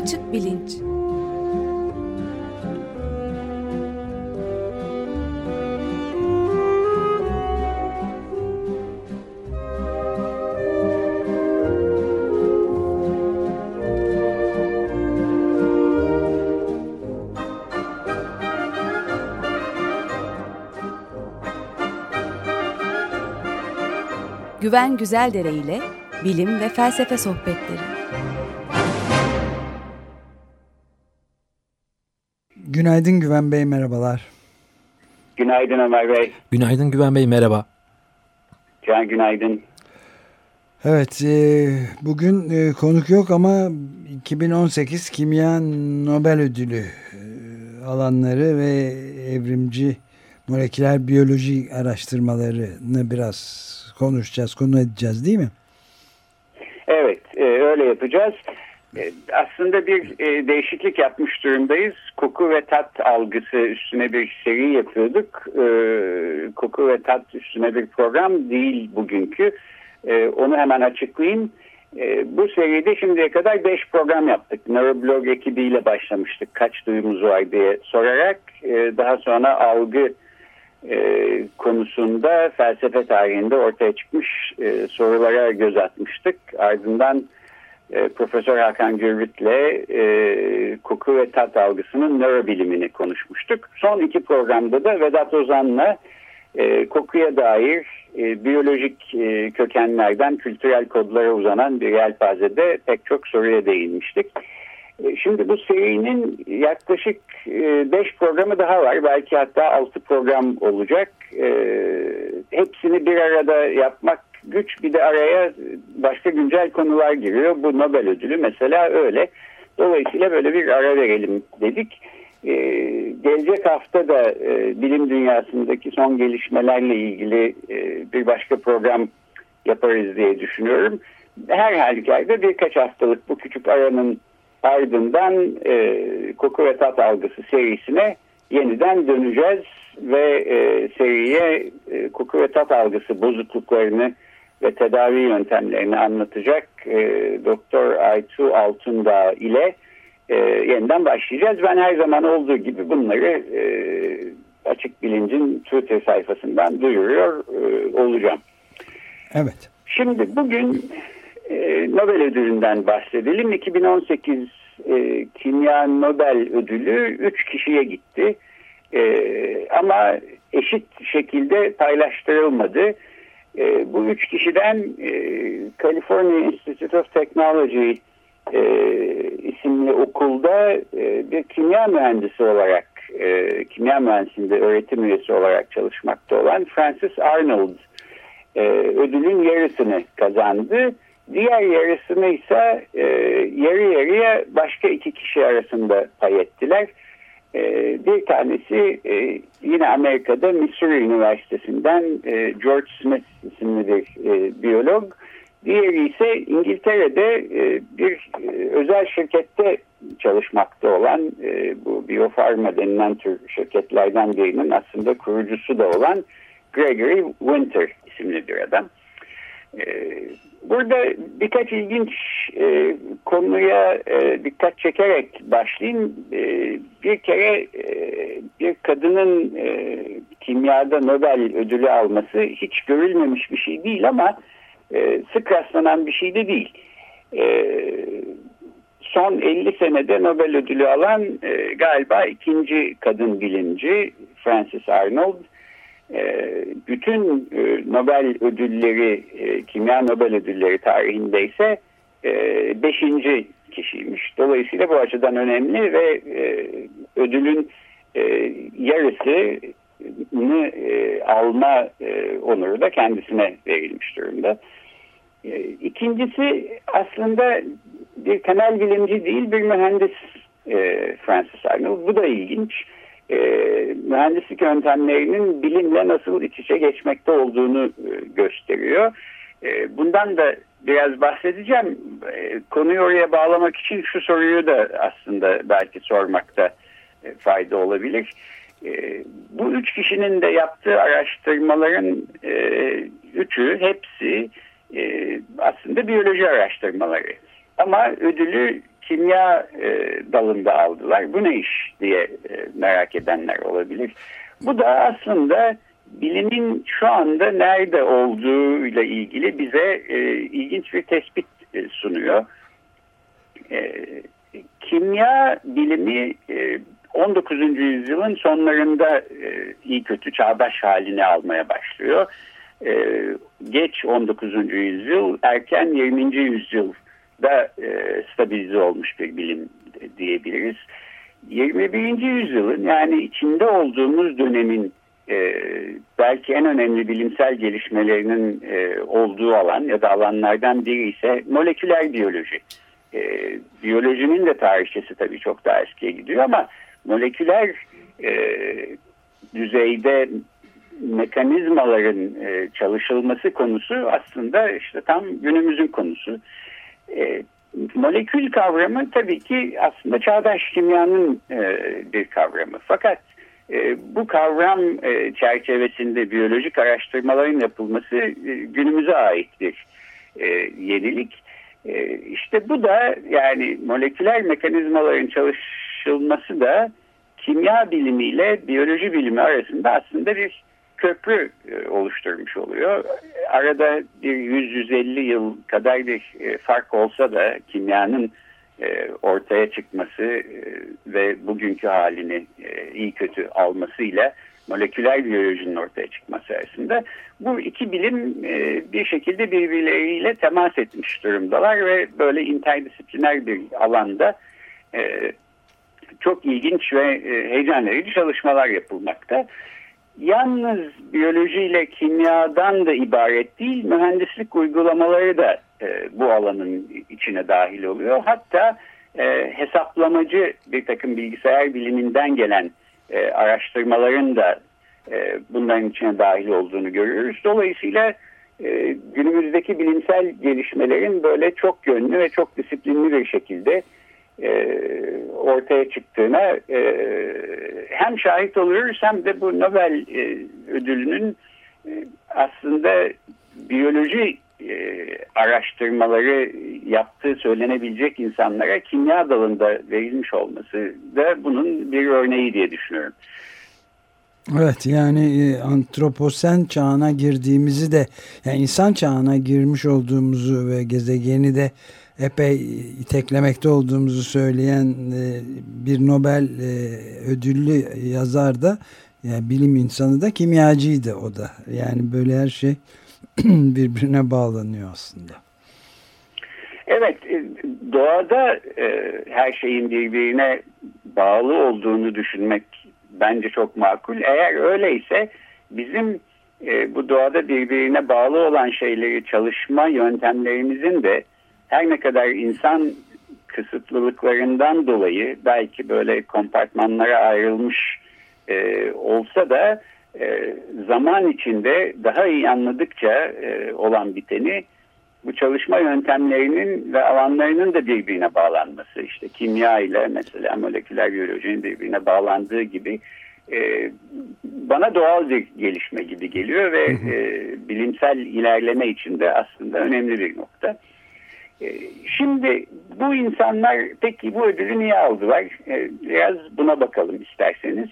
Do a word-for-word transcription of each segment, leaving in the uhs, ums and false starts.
Açık Bilinç. Güven Güzeldere ile bilim ve felsefe sohbetleri. Günaydın Güven Bey, merhabalar. Günaydın Ömer Bey. Günaydın Güven Bey, merhaba. Can günaydın. Evet, e, bugün e, konuk yok ama iki bin on sekiz Kimya Nobel Ödülü e, alanları ve evrimci moleküler biyoloji araştırmalarını biraz konuşacağız, konu edeceğiz değil mi? Evet, e, öyle yapacağız. E, aslında bir e, değişiklik yapmış durumdayız. Koku ve tat algısı üstüne bir seri yapıyorduk. E, koku ve tat üstüne bir program değil bugünkü. E, onu hemen açıklayayım. E, bu seride şimdiye kadar beş program yaptık. Neuroblog ekibiyle başlamıştık. Kaç duyumuz var diye sorarak. E, daha sonra algı E, konusunda felsefe tarihinde ortaya çıkmış e, sorulara göz atmıştık. Ardından e, Profesör Hakan Gürvit'le e, koku ve tat algısının nörobilimini konuşmuştuk. Son iki programda da Vedat Ozan'la e, kokuya dair e, biyolojik e, kökenlerden kültürel kodlara uzanan bir yelpazede pek çok soruya değinmiştik. Şimdi bu serinin yaklaşık beş programı daha var. Belki hatta altı program olacak. Hepsini bir arada yapmak güç. Bir de araya başka güncel konular giriyor. Bu Nobel ödülü mesela öyle. Dolayısıyla böyle bir ara verelim dedik. Gelecek hafta da bilim dünyasındaki son gelişmelerle ilgili bir başka program yaparız diye düşünüyorum. Her halükarda birkaç haftalık bu küçük aranın ardından e, koku ve tat algısı serisine yeniden döneceğiz ve e, seriye e, koku ve tat algısı bozukluklarını ve tedavi yöntemlerini anlatacak e, Doktor Aytu Altundağ ile e, yeniden başlayacağız. Ben her zaman olduğu gibi bunları e, Açık Bilinc'in Twitter sayfasından duyuruyor e, olacağım. Evet. Şimdi bugün E, Nobel ödülünden bahsedelim. iki bin on sekiz e, Kimya Nobel ödülü üç kişiye gitti. E, ama eşit şekilde paylaştırılmadı. E, bu üç kişiden e, California Institute of Technology e, isimli okulda e, bir kimya mühendisi olarak, e, kimya mühendisliğinde öğretim üyesi olarak çalışmakta olan Francis Arnold e, ödülün yarısını kazandı. Diğer yarısını ise e, yarı yarıya başka iki kişi arasında pay ettiler. E, bir tanesi e, yine Amerika'da Missouri Üniversitesi'nden e, George Smith isimli bir e, biyolog. Diğeri ise İngiltere'de e, bir e, özel şirkette çalışmakta olan e, bu Biofarma denilen tür şirketlerden birinin aslında kurucusu da olan Gregory Winter isimli bir adam. Burada birkaç ilginç e, konuya e, dikkat çekerek başlayayım. E, bir kere e, bir kadının e, kimyada Nobel ödülü alması hiç görülmemiş bir şey değil ama e, sık rastlanan bir şey de değil. E, son elli senede Nobel ödülü alan e, galiba ikinci kadın bilimci Francis Arnold. Bütün Nobel ödülleri, kimya Nobel ödülleri tarihinde ise beşinci kişiymiş. Dolayısıyla bu açıdan önemli ve ödülün yarısını alma onuru da kendisine verilmiş durumda. İkincisi aslında bir temel bilimci değil, bir mühendis Francis Arnold. Bu da ilginç. E, mühendislik yöntemlerinin bilimle nasıl iç içe geçmekte olduğunu e, gösteriyor. E, bundan da biraz bahsedeceğim. E, konuyu oraya bağlamak için şu soruyu da aslında belki sormakta e, fayda olabilir. E, bu üç kişinin de yaptığı araştırmaların e, üçü, hepsi e, aslında biyoloji araştırmaları. Ama ödülü kimya e, dalında aldılar. Bu ne iş diye e, merak edenler olabilir. Bu da aslında bilimin şu anda nerede olduğuyla ilgili bize e, ilginç bir tespit e, sunuyor. E, kimya bilimi e, on dokuzuncu yüzyılın sonlarında e, iyi kötü çağdaş halini almaya başlıyor. E, geç on dokuzuncu yüzyıl, erken yirminci yüzyılda e, stabilize olmuş bir bilim diyebiliriz. yirmi birinci yüzyılın, yani içinde olduğumuz dönemin e, belki en önemli bilimsel gelişmelerinin e, olduğu alan ya da alanlardan biri ise moleküler biyoloji. E, biyolojinin de tarihçesi tabii çok daha eskiye gidiyor ama moleküler e, düzeyde mekanizmaların e, çalışılması konusu aslında işte tam günümüzün konusu. E, molekül kavramı tabii ki aslında çağdaş kimyanın e, bir kavramı. Fakat e, bu kavram e, çerçevesinde biyolojik araştırmaların yapılması e, günümüze ait bir e, yenilik. E, işte bu da, yani moleküler mekanizmaların çalışılması da kimya bilimiyle biyoloji bilimi arasında aslında bir köprü e, oluşturmuş oluyor. Arada bir yüz yüz elli yıl kadar bir e, fark olsa da kimyanın e, ortaya çıkması e, ve bugünkü halini e, iyi kötü almasıyla moleküler biyolojinin ortaya çıkması arasında bu iki bilim e, bir şekilde birbirleriyle temas etmiş durumdalar ve böyle interdisipliner bir alanda e, çok ilginç ve e, heyecan verici çalışmalar yapılmakta. Yalnız biyolojiyle kimyadan da ibaret değil, mühendislik uygulamaları da e, bu alanın içine dahil oluyor. Hatta e, hesaplamacı bir takım bilgisayar biliminden gelen e, araştırmaların da e, bunların içine dahil olduğunu görüyoruz. Dolayısıyla e, günümüzdeki bilimsel gelişmelerin böyle çok yönlü ve çok disiplinli bir şekilde E, ortaya çıktığına e, hem şahit oluyoruz hem de bu Nobel e, ödülünün e, aslında biyoloji e, araştırmaları yaptığı söylenebilecek insanlara kimya dalında verilmiş olması da bunun bir örneği diye düşünüyorum. Evet, yani antroposen çağına girdiğimizi de, yani insan çağına girmiş olduğumuzu ve gezegeni de epey iteklemekte olduğumuzu söyleyen bir Nobel ödüllü yazar da, yani bilim insanı da, kimyacıydı o da. Yani böyle her şey birbirine bağlanıyor aslında. Evet, doğada her şeyin birbirine bağlı olduğunu düşünmek bence çok makul. Eğer öyleyse bizim bu doğada birbirine bağlı olan şeyleri çalışma yöntemlerimizin de her ne kadar insan kısıtlılıklarından dolayı belki böyle kompartmanlara ayrılmış e, olsa da e, zaman içinde daha iyi anladıkça e, olan biteni, bu çalışma yöntemlerinin ve alanlarının da birbirine bağlanması, işte kimya ile mesela moleküler biyolojinin birbirine bağlandığı gibi e, bana doğal bir gelişme gibi geliyor ve e, bilimsel ilerleme için de aslında önemli bir nokta. Şimdi bu insanlar peki bu ödülü niye aldılar? Biraz buna bakalım isterseniz.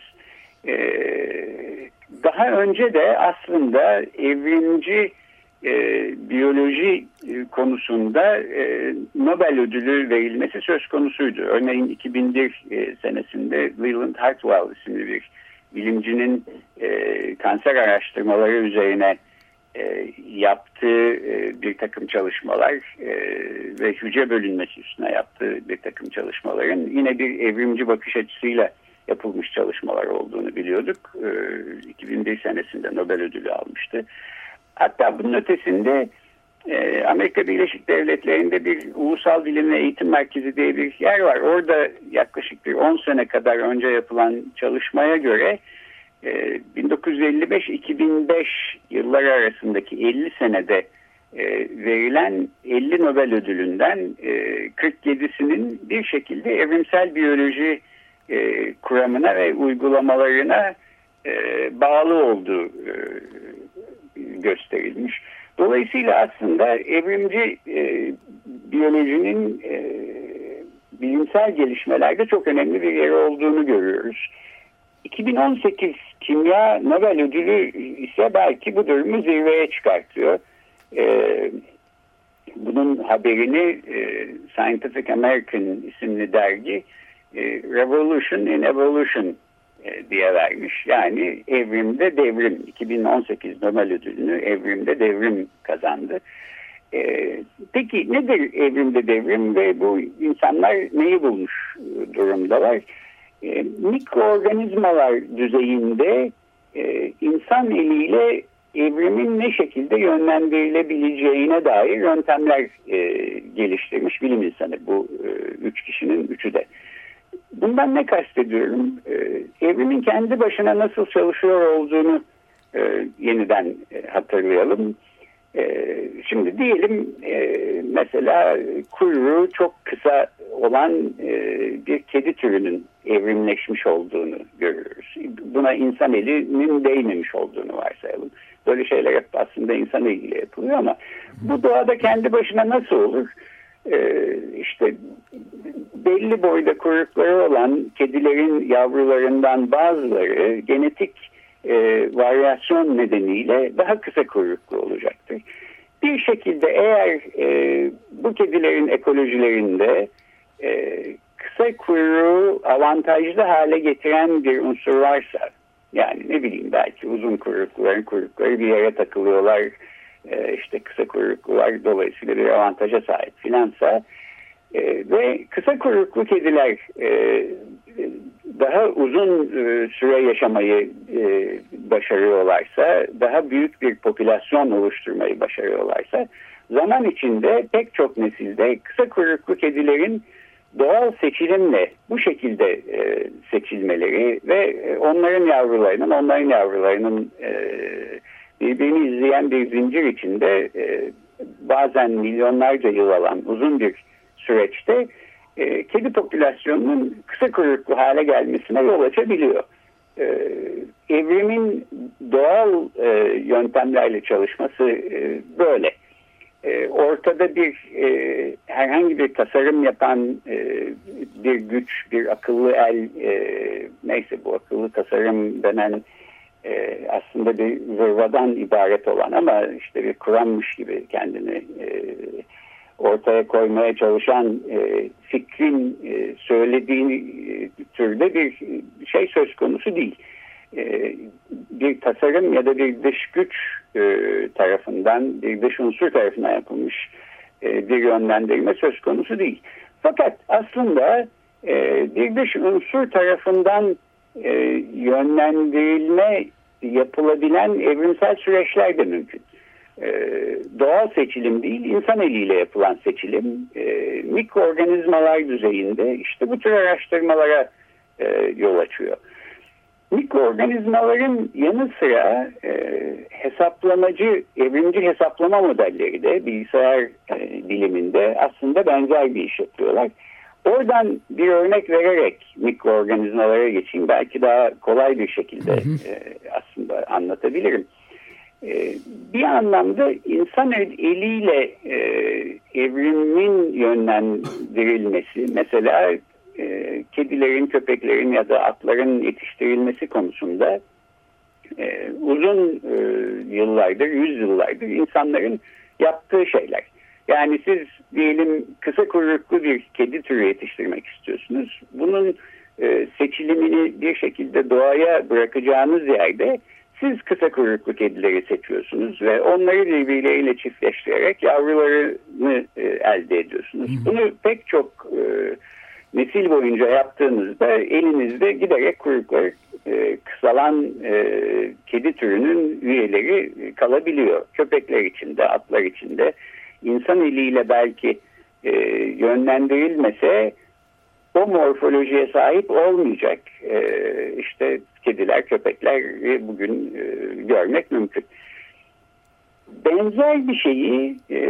Daha önce de aslında evrimci biyoloji konusunda Nobel ödülü verilmesi söz konusuydu. Örneğin iki bin bir senesinde Leland Hartwell isimli bir bilimcinin kanser araştırmaları üzerine E, yaptığı e, bir takım çalışmalar e, ve hücre bölünmesi üstüne yaptığı bir takım çalışmaların yine bir evrimci bakış açısıyla yapılmış çalışmalar olduğunu biliyorduk. E, iki bin bir senesinde Nobel ödülü almıştı. Hatta bunun ötesinde e, Amerika Birleşik Devletleri'nde bir ulusal bilim ve eğitim merkezi diye bir yer var. Orada yaklaşık bir on sene kadar önce yapılan çalışmaya göre bin dokuz yüz elli beş iki bin beş yılları arasındaki elli senede verilen elli Nobel ödülünden kırk yedisinin bir şekilde evrimsel biyoloji kuramına ve uygulamalarına bağlı olduğu gösterilmiş. Dolayısıyla aslında evrimci biyolojinin bilimsel gelişmelerde çok önemli bir yeri olduğunu görüyoruz. iki bin on sekiz Kimya Nobel Ödülü ise belki bu durumu zirveye çıkartıyor. Ee, bunun haberini e, Scientific American isimli dergi e, Revolution in Evolution e, diye vermiş. Yani evrimde devrim. iki bin on sekiz Nobel Ödülünü evrimde devrim kazandı. E, peki nedir evrimde devrim ve bu insanlar neyi bulmuş durumdalar? E, mikroorganizmalar düzeyinde e, insan eliyle evrimin ne şekilde yönlendirilebileceğine dair yöntemler e, geliştirmiş bilim insanı bu e, üç kişinin üçü de. Bundan ne kastediyorum? E, evrimin kendi başına nasıl çalışıyor olduğunu e, yeniden e, hatırlayalım. E, şimdi diyelim e, mesela kuyruğu çok kısa olan e, bir kedi türünün evrimleşmiş olduğunu görüyoruz. Buna insan elinin değmemiş olduğunu varsayalım. Böyle şeyler hep aslında insan eliyle yapılıyor ama bu doğada kendi başına nasıl olur? Ee, işte belli boyda kuyrukları olan kedilerin yavrularından bazıları genetik e, varyasyon nedeniyle daha kısa kuyruklu olacaktır. Bir şekilde eğer e, bu kedilerin ekolojilerinde e, kısa kuyruğu avantajlı hale getiren bir unsur varsa, yani ne bileyim belki uzun kuyrukluların kuyrukları bir yere takılıyorlar, e, işte kısa kuyruklular dolayısıyla bir avantaja sahip filansa e, ve kısa kuyruklu kediler e, daha uzun e, süre yaşamayı e, başarıyorlarsa, daha büyük bir popülasyon oluşturmayı başarıyorlarsa zaman içinde pek çok nesilde kısa kuyruklu kedilerin doğal seçilimle bu şekilde e, seçilmeleri ve onların yavrularının, onların yavrularının e, birbirini izleyen bir zincir içinde e, bazen milyonlarca yıl alan uzun bir süreçte e, kedi popülasyonunun kısa kuyruklu hale gelmesine yol açabiliyor. E, evrimin doğal e, yöntemlerle çalışması e, böyle. E, ortada bir e, herhangi bir tasarım yapan e, bir güç, bir akıllı el, e, neyse bu akıllı tasarım denen e, aslında bir zırvadan ibaret olan ama işte bir Kur'an'mış gibi kendini e, ortaya koymaya çalışan e, fikrin e, söylediği e, türde bir şey söz konusu değil. E, bir tasarım ya da bir dış güç e, tarafından, bir dış unsur tarafından yapılmış e, bir yönlendirme söz konusu değil. Fakat aslında e, bir dış unsur tarafından e, yönlendirilme yapılabilen evrimsel süreçler de mümkün. E, doğal seçilim değil, insan eliyle yapılan seçilim, e, mikroorganizmalar düzeyinde işte bu tür araştırmalara e, yol açıyor. Mikroorganizmaların yanı sıra e, hesaplamacı, evrimci hesaplama modelleri de bilgisayar e, biliminde aslında benzer bir iş yapıyorlar. Oradan bir örnek vererek mikroorganizmalara geçeyim. Belki daha kolay bir şekilde e, aslında anlatabilirim. E, bir anlamda insan eliyle e, evrimin yönlendirilmesi, mesela e, kedilerin, köpeklerin ya da atların yetiştirilmesi konusunda e, uzun e, yıllardır, yüzyıllardır insanların yaptığı şeyler. Yani siz diyelim kısa kuyruklu bir kedi türü yetiştirmek istiyorsunuz. Bunun e, seçilimini bir şekilde doğaya bırakacağınız yerde siz kısa kuyruklu kedileri seçiyorsunuz ve onları birbirleriyle çiftleştirerek yavrularını e, elde ediyorsunuz. Bunu pek çok e, nesil boyunca yaptığınızda elinizde giderek kuyrukları e, kısalan e, kedi türünün üyeleri kalabiliyor. Köpekler içinde, atlar içinde. İnsan eliyle belki e, yönlendirilmese o morfolojiye sahip olmayacak e, işte kediler, köpekler bugün e, görmek mümkün. Benzer bir şeyi e,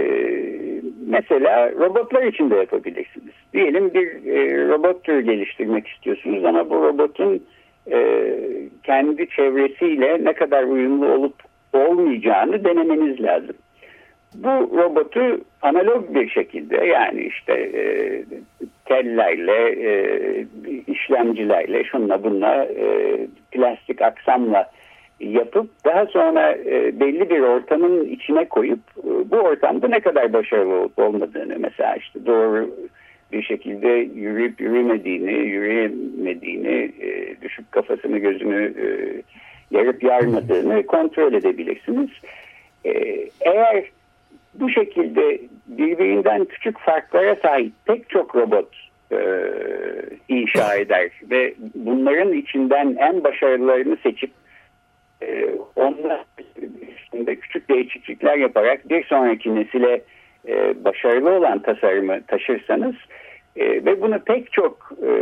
mesela robotlar için de yapabilirsiniz. Diyelim bir e, robot türü geliştirmek istiyorsunuz ama bu robotun e, kendi çevresiyle ne kadar uyumlu olup olmayacağını denemeniz lazım. Bu robotu analog bir şekilde, yani işte e, tellerle, e, işlemcilerle, şunla bunla, e, plastik aksamla yapıp daha sonra e, belli bir ortamın içine koyup e, bu ortamda ne kadar başarılı olup olmadığını, mesela işte doğru bir şekilde yürüyüp yürümediğini, yürüyemediğini, e, düşüp kafasını gözünü e, yarıp yarmadığını kontrol edebilirsiniz. E, eğer bu şekilde birbirinden küçük farklara sahip pek çok robot e, inşa eder ve bunların içinden en başarılılarını seçip e, onlar üstünde küçük değişiklikler yaparak bir sonraki nesile e, başarılı olan tasarımı taşırsanız e, ve bunu pek çok e,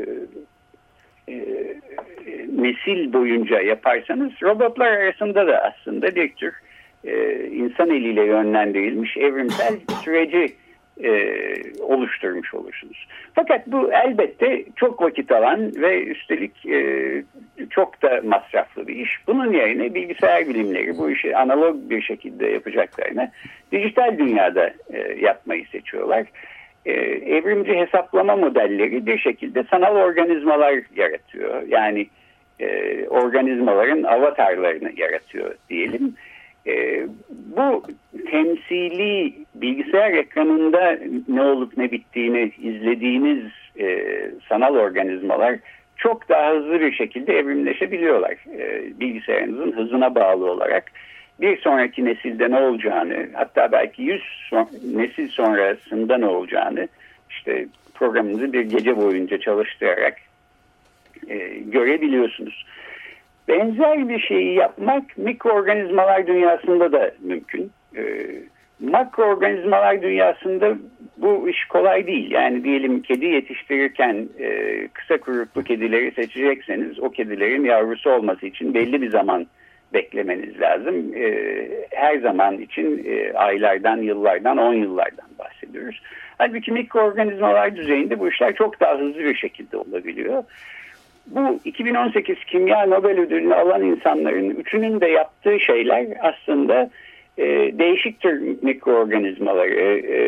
e, nesil boyunca yaparsanız robotlar arasında da aslında bir tür e, insan eliyle yönlendirilmiş evrimsel süreci e, oluşturmuş olursunuz. Fakat bu elbette çok vakit alan ve üstelik e, çok da masraflı bir iş. Bunun yerine bilgisayar bilimleri bu işi analog bir şekilde yapacaklarına dijital dünyada e, yapmayı seçiyorlar. E, evrimci hesaplama modelleri bir şekilde sanal organizmalar yaratıyor. Yani e, organizmaların avatarlarını yaratıyor diyelim. E, bu temsili bilgisayar ekranında ne olup ne bittiğini izlediğiniz e, sanal organizmalar çok daha hızlı bir şekilde evrimleşebiliyorlar. E, bilgisayarınızın hızına bağlı olarak bir sonraki nesilde ne olacağını, hatta belki yüz son, nesil sonrasında ne olacağını işte programınızı bir gece boyunca çalıştırarak e, görebiliyorsunuz. Benzer bir şeyi yapmak mikroorganizmalar dünyasında da mümkün. E, makroorganizmalar dünyasında bu iş kolay değil. Yani diyelim kedi yetiştirirken e, kısa kuyruklu kedileri seçecekseniz o kedilerin yavrusu olması için belli bir zaman beklemeniz lazım. E, her zaman için e, aylardan, yıllardan, on yıllardan bahsediyoruz. Halbuki mikroorganizmalar düzeyinde bu işler çok daha hızlı bir şekilde olabiliyor. Bu iki bin on sekiz Kimya Nobel Ödülünü alan insanların üçünün de yaptığı şeyler aslında e, değişik tür mikroorganizmaları, e,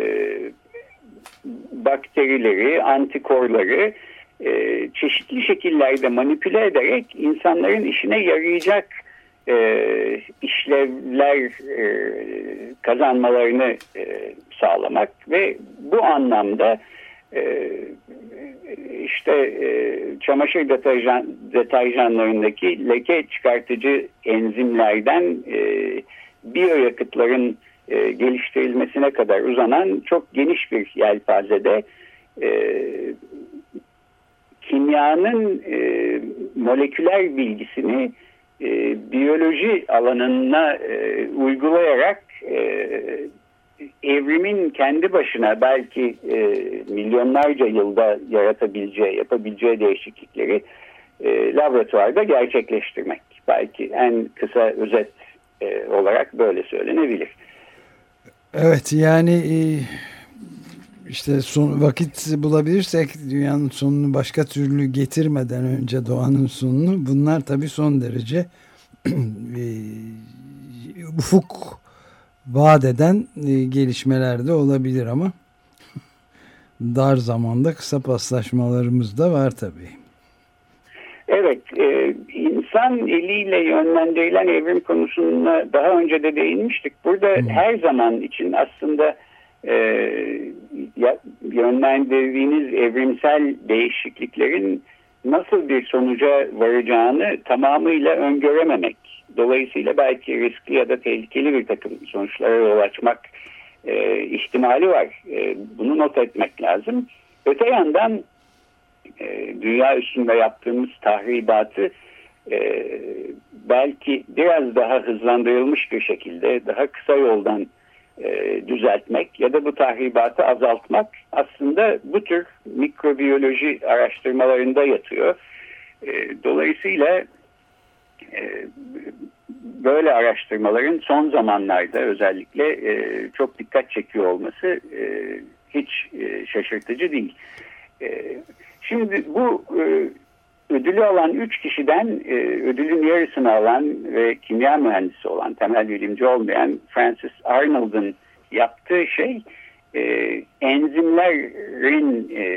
bakterileri, antikorları e, çeşitli şekillerde manipüle ederek insanların işine yarayacak e, işlevler e, kazanmalarını e, sağlamak ve bu anlamda e, işte e, çamaşır deterjan, deterjanlarındaki leke çıkartıcı enzimlerden e, biyoyakıtların e, geliştirilmesine kadar uzanan çok geniş bir yelpazede e, kimyanın e, moleküler bilgisini e, biyoloji alanına e, uygulayarak e, evrimin kendi başına belki e, milyonlarca yılda yaratabileceği, yapabileceği değişiklikleri e, laboratuvarda gerçekleştirmek. Belki en kısa özet e, olarak böyle söylenebilir. Evet, yani e, işte son vakit bulabilirsek dünyanın sonunu başka türlü getirmeden önce doğanın sonunu, bunlar tabii son derece e, ufuk vaat eden e, gelişmeler de olabilir ama dar zamanda kısa paslaşmalarımız da var tabii. Evet, e, insan eliyle yönlendirilen evrim konusuna daha önce de değinmiştik. Burada hmm. her zaman için aslında e, ya, yönlendirdiğiniz evrimsel değişikliklerin nasıl bir sonuca varacağını tamamıyla öngörememek. Dolayısıyla belki riskli ya da tehlikeli bir takım sonuçlara yol açmak e, ihtimali var. E, bunu not etmek lazım. Öte yandan e, dünya üstünde yaptığımız tahribatı e, belki biraz daha hızlandırılmış bir şekilde daha kısa yoldan e, düzeltmek ya da bu tahribatı azaltmak aslında bu tür mikrobiyoloji araştırmalarında yatıyor. E, dolayısıyla e, böyle araştırmaların son zamanlarda özellikle e, çok dikkat çekiyor olması e, hiç e, şaşırtıcı değil. E, şimdi bu e, ödülü alan üç kişiden e, ödülün yarısını alan ve kimya mühendisi olan, temel bilimci olmayan Francis Arnold'un yaptığı şey e, enzimlerin e,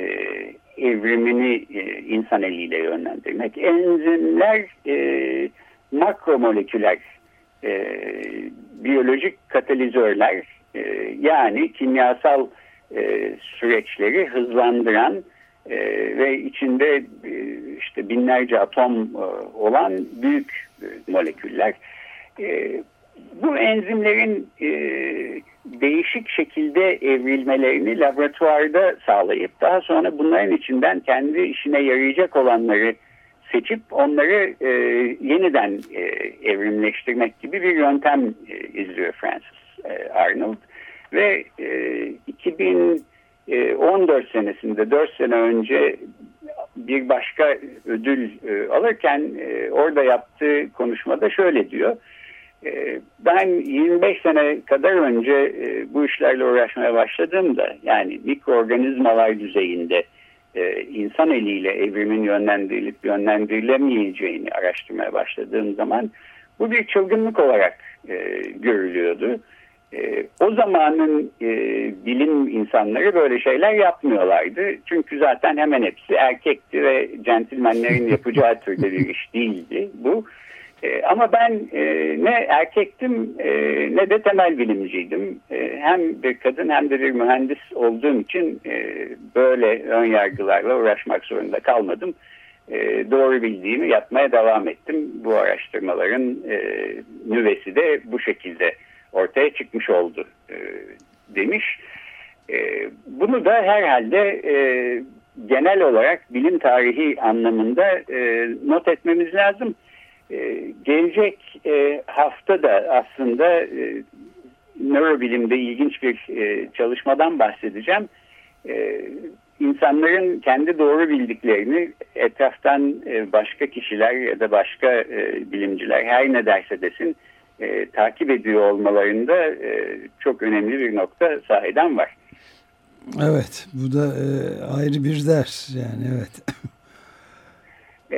evrimini e, insan eliyle yönlendirmek. Enzimler e, makromoleküler e, biyolojik katalizörler, e, yani kimyasal e, süreçleri hızlandıran e, ve içinde e, işte binlerce atom e, olan büyük e, moleküller. E, bu enzimlerin e, değişik şekilde evrilmelerini laboratuvarda sağlayıp daha sonra bunların içinden kendi işine yarayacak olanları seçip onları e, yeniden e, evrimleştirmek gibi bir yöntem e, izliyor Francis e, Arnold. Ve e, iki bin on dört senesinde, dört sene önce bir başka ödül e, alırken e, orada yaptığı konuşmada şöyle diyor. E, ben yirmi beş sene kadar önce e, bu işlerle uğraşmaya başladığımda, yani mikroorganizmalar düzeyinde e, insan eliyle evrimin yönlendirilip yönlendirilemeyeceğini araştırmaya başladığım zaman bu bir çılgınlık olarak e, görülüyordu. E, o zamanın e, bilim insanları böyle şeyler yapmıyorlardı. Çünkü zaten hemen hepsi erkekti ve centilmenlerin yapacağı türde bir iş değildi bu. E, ama ben e, ne erkektim e, ne de temel bilimciydim. E, hem bir kadın hem de bir mühendis olduğum için e, böyle ön yargılarla uğraşmak zorunda kalmadım. E, doğru bildiğimi yapmaya devam ettim. Bu araştırmaların e, nüvesi de bu şekilde ortaya çıkmış oldu e, demiş. E, bunu da herhalde e, genel olarak bilim tarihi anlamında e, not etmemiz lazım. E, gelecek e, hafta da aslında e, nörobilimde ilginç bir e, çalışmadan bahsedeceğim. E, insanların kendi doğru bildiklerini etraftan e, başka kişiler ya da başka e, bilimciler her ne derse desin E, takip ediyor olmalarında e, çok önemli bir nokta sahiden var. Evet, bu da e, ayrı bir ders yani, evet. E,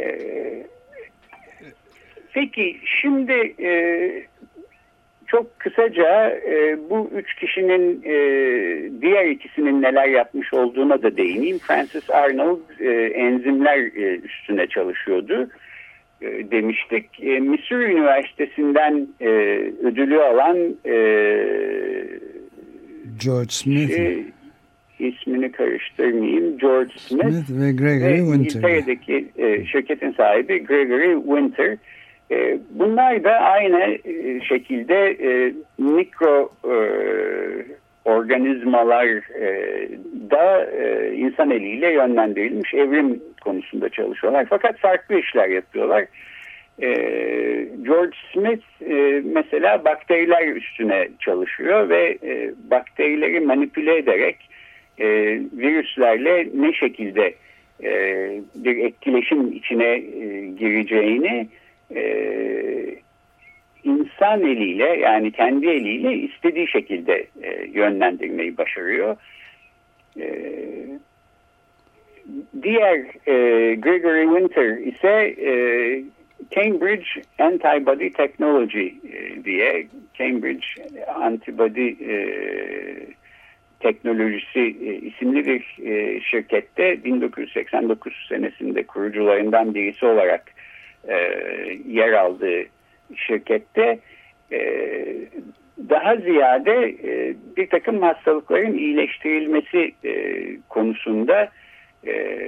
peki şimdi e, çok kısaca e, bu üç kişinin e, diğer ikisinin neler yapmış olduğuna da değineyim. Francis Arnold e, enzimler e, üstüne çalışıyordu. Demiştik. Missouri Üniversitesi'nden e, ödülü alan e, George Smith, şey, ismini karıştırmayayım, George Smith, Smith ve Gregory ve Winter. İngiltere'deki e, şirketin sahibi Gregory Winter. E, bunlar da aynı e, şekilde e, mikro e, organizmalar e, da e, insan eliyle yönlendirilmiş evrim konusunda çalışıyorlar. Fakat farklı işler yapıyorlar. E, George Smith e, mesela bakteriler üstüne çalışıyor ve e, bakterileri manipüle ederek e, virüslerle ne şekilde e, bir etkileşim içine e, gireceğini e, insan eliyle, yani kendi eliyle istediği şekilde e, yönlendirmeyi başarıyor. E, diğer e, Gregory Winter ise e, Cambridge Antibody Technology e, diye Cambridge Antibody e, Teknolojisi e, isimli bir e, şirkette bin dokuz yüz seksen dokuz senesinde kurucularından birisi olarak e, yer aldığı şirkette e, daha ziyade e, bir takım hastalıkların iyileştirilmesi e, konusunda e,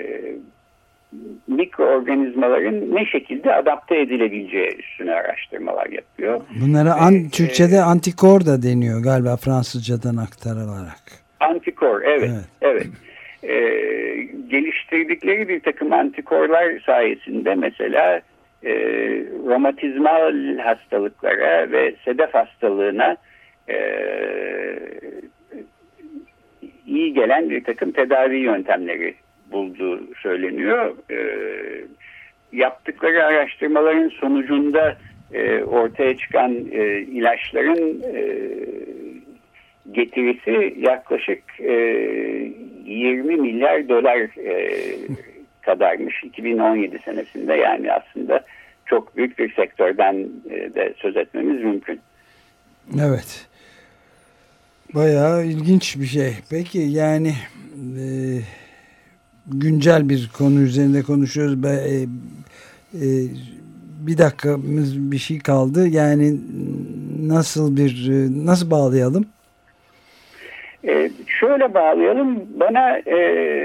mikroorganizmaların ne şekilde adapte edilebileceği üstüne araştırmalar yapıyor. Bunlara an, Türkçe'de e, antikor da deniyor galiba, Fransızcadan aktarılarak. Antikor, evet. evet. evet. E, geliştirdikleri bir takım antikorlar sayesinde mesela E, romatizmal hastalıklara ve sedef hastalığına e, iyi gelen bir takım tedavi yöntemleri bulduğu söyleniyor. E, yaptıkları araştırmaların sonucunda e, ortaya çıkan e, ilaçların e, getirisi yaklaşık e, yirmi milyar dolar e, kadarmış iki bin on yedi senesinde. Yani aslında çok büyük bir sektörden de söz etmemiz mümkün. Evet. Bayağı ilginç bir şey. Peki yani e, güncel bir konu üzerinde konuşuyoruz. Be, e, e, bir dakikamız bir şey kaldı. Yani nasıl bir nasıl bağlayalım? E, şöyle bağlayalım. Bana e,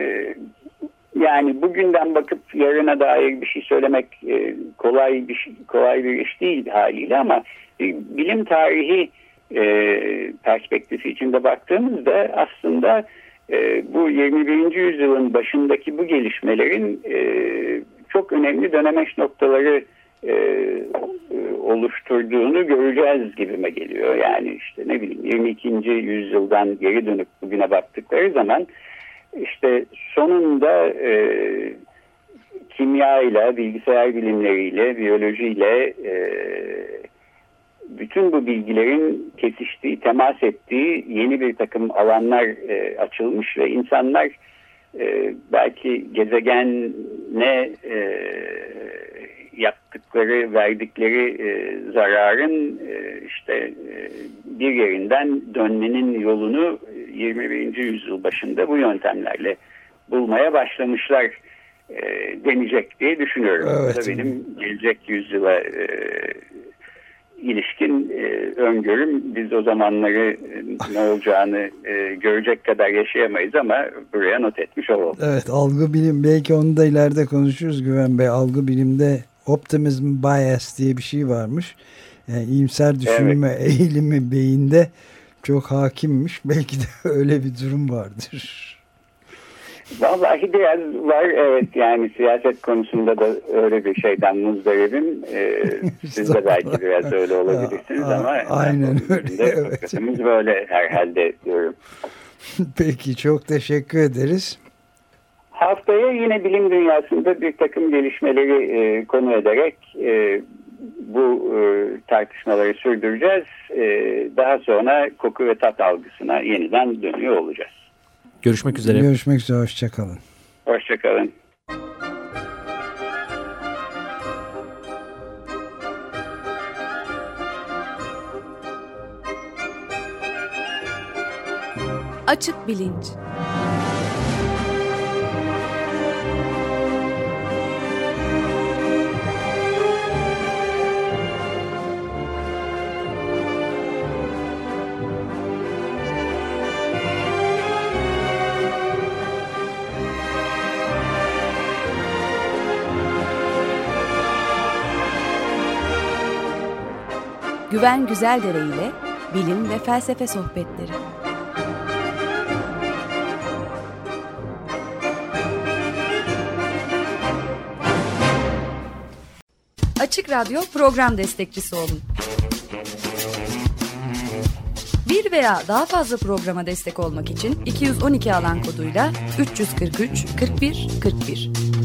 yani bugünden bakıp yarına dair bir şey söylemek e, kolay bir şey, kolay bir iş değil haliyle, ama e, bilim tarihi e, perspektifi içinde baktığımızda aslında e, bu yirmi birinci yüzyılın başındaki bu gelişmelerin e, çok önemli dönemeç noktaları e, oluşturduğunu göreceğiz gibime geliyor. Yani işte ne bileyim yirmi ikinci yüzyıldan geri dönüp bugüne baktıkları zaman işte sonunda e, kimyayla, bilgisayar bilimleriyle, biyolojiyle e, bütün bu bilgilerin kesiştiği, temas ettiği yeni bir takım alanlar e, açılmış ve insanlar e, belki gezegene e, yaptıkları, verdikleri e, zararın e, işte e, bir yerinden dönmenin yolunu yirmi birinci yüzyıl başında bu yöntemlerle bulmaya başlamışlar e, denecek diye düşünüyorum. Evet. Bu da benim gelecek yüzyıla e, ilişkin e, öngörüm. Biz o zamanları e, ne olacağını e, görecek kadar yaşayamayız ama buraya not etmiş olalım. Evet, algı bilim, belki onu da ileride konuşuruz Güven Bey. Algı bilimde optimism bias diye bir şey varmış. Yani iyimser düşünme evet. eğilimi beyinde çok hakimmiş. Belki de öyle bir durum vardır. Vallahi biraz var, evet. Yani siyaset konusunda da öyle bir şeyden muzdaribim. Ee, siz de belki biraz öyle olabilirsiniz a, a, ama aynen öyle. Evet. Böyle herhalde diyorum. Peki, çok teşekkür ederiz. Haftaya yine bilim dünyasında bir takım gelişmeleri e, konu ederek e, bu e, tartışmaları sürdüreceğiz. E, daha sonra koku ve tat algısına yeniden dönüyor olacağız. Görüşmek üzere. Görüşmek üzere. Hoşçakalın. Hoşçakalın. Açık bilinç. Güven Güzeldere ile bilim ve felsefe sohbetleri. Açık Radyo program destekçisi olun. Bir veya daha fazla programa destek olmak için iki yüz on iki alan koduyla üç yüz kırk üç kırk bir kırk bir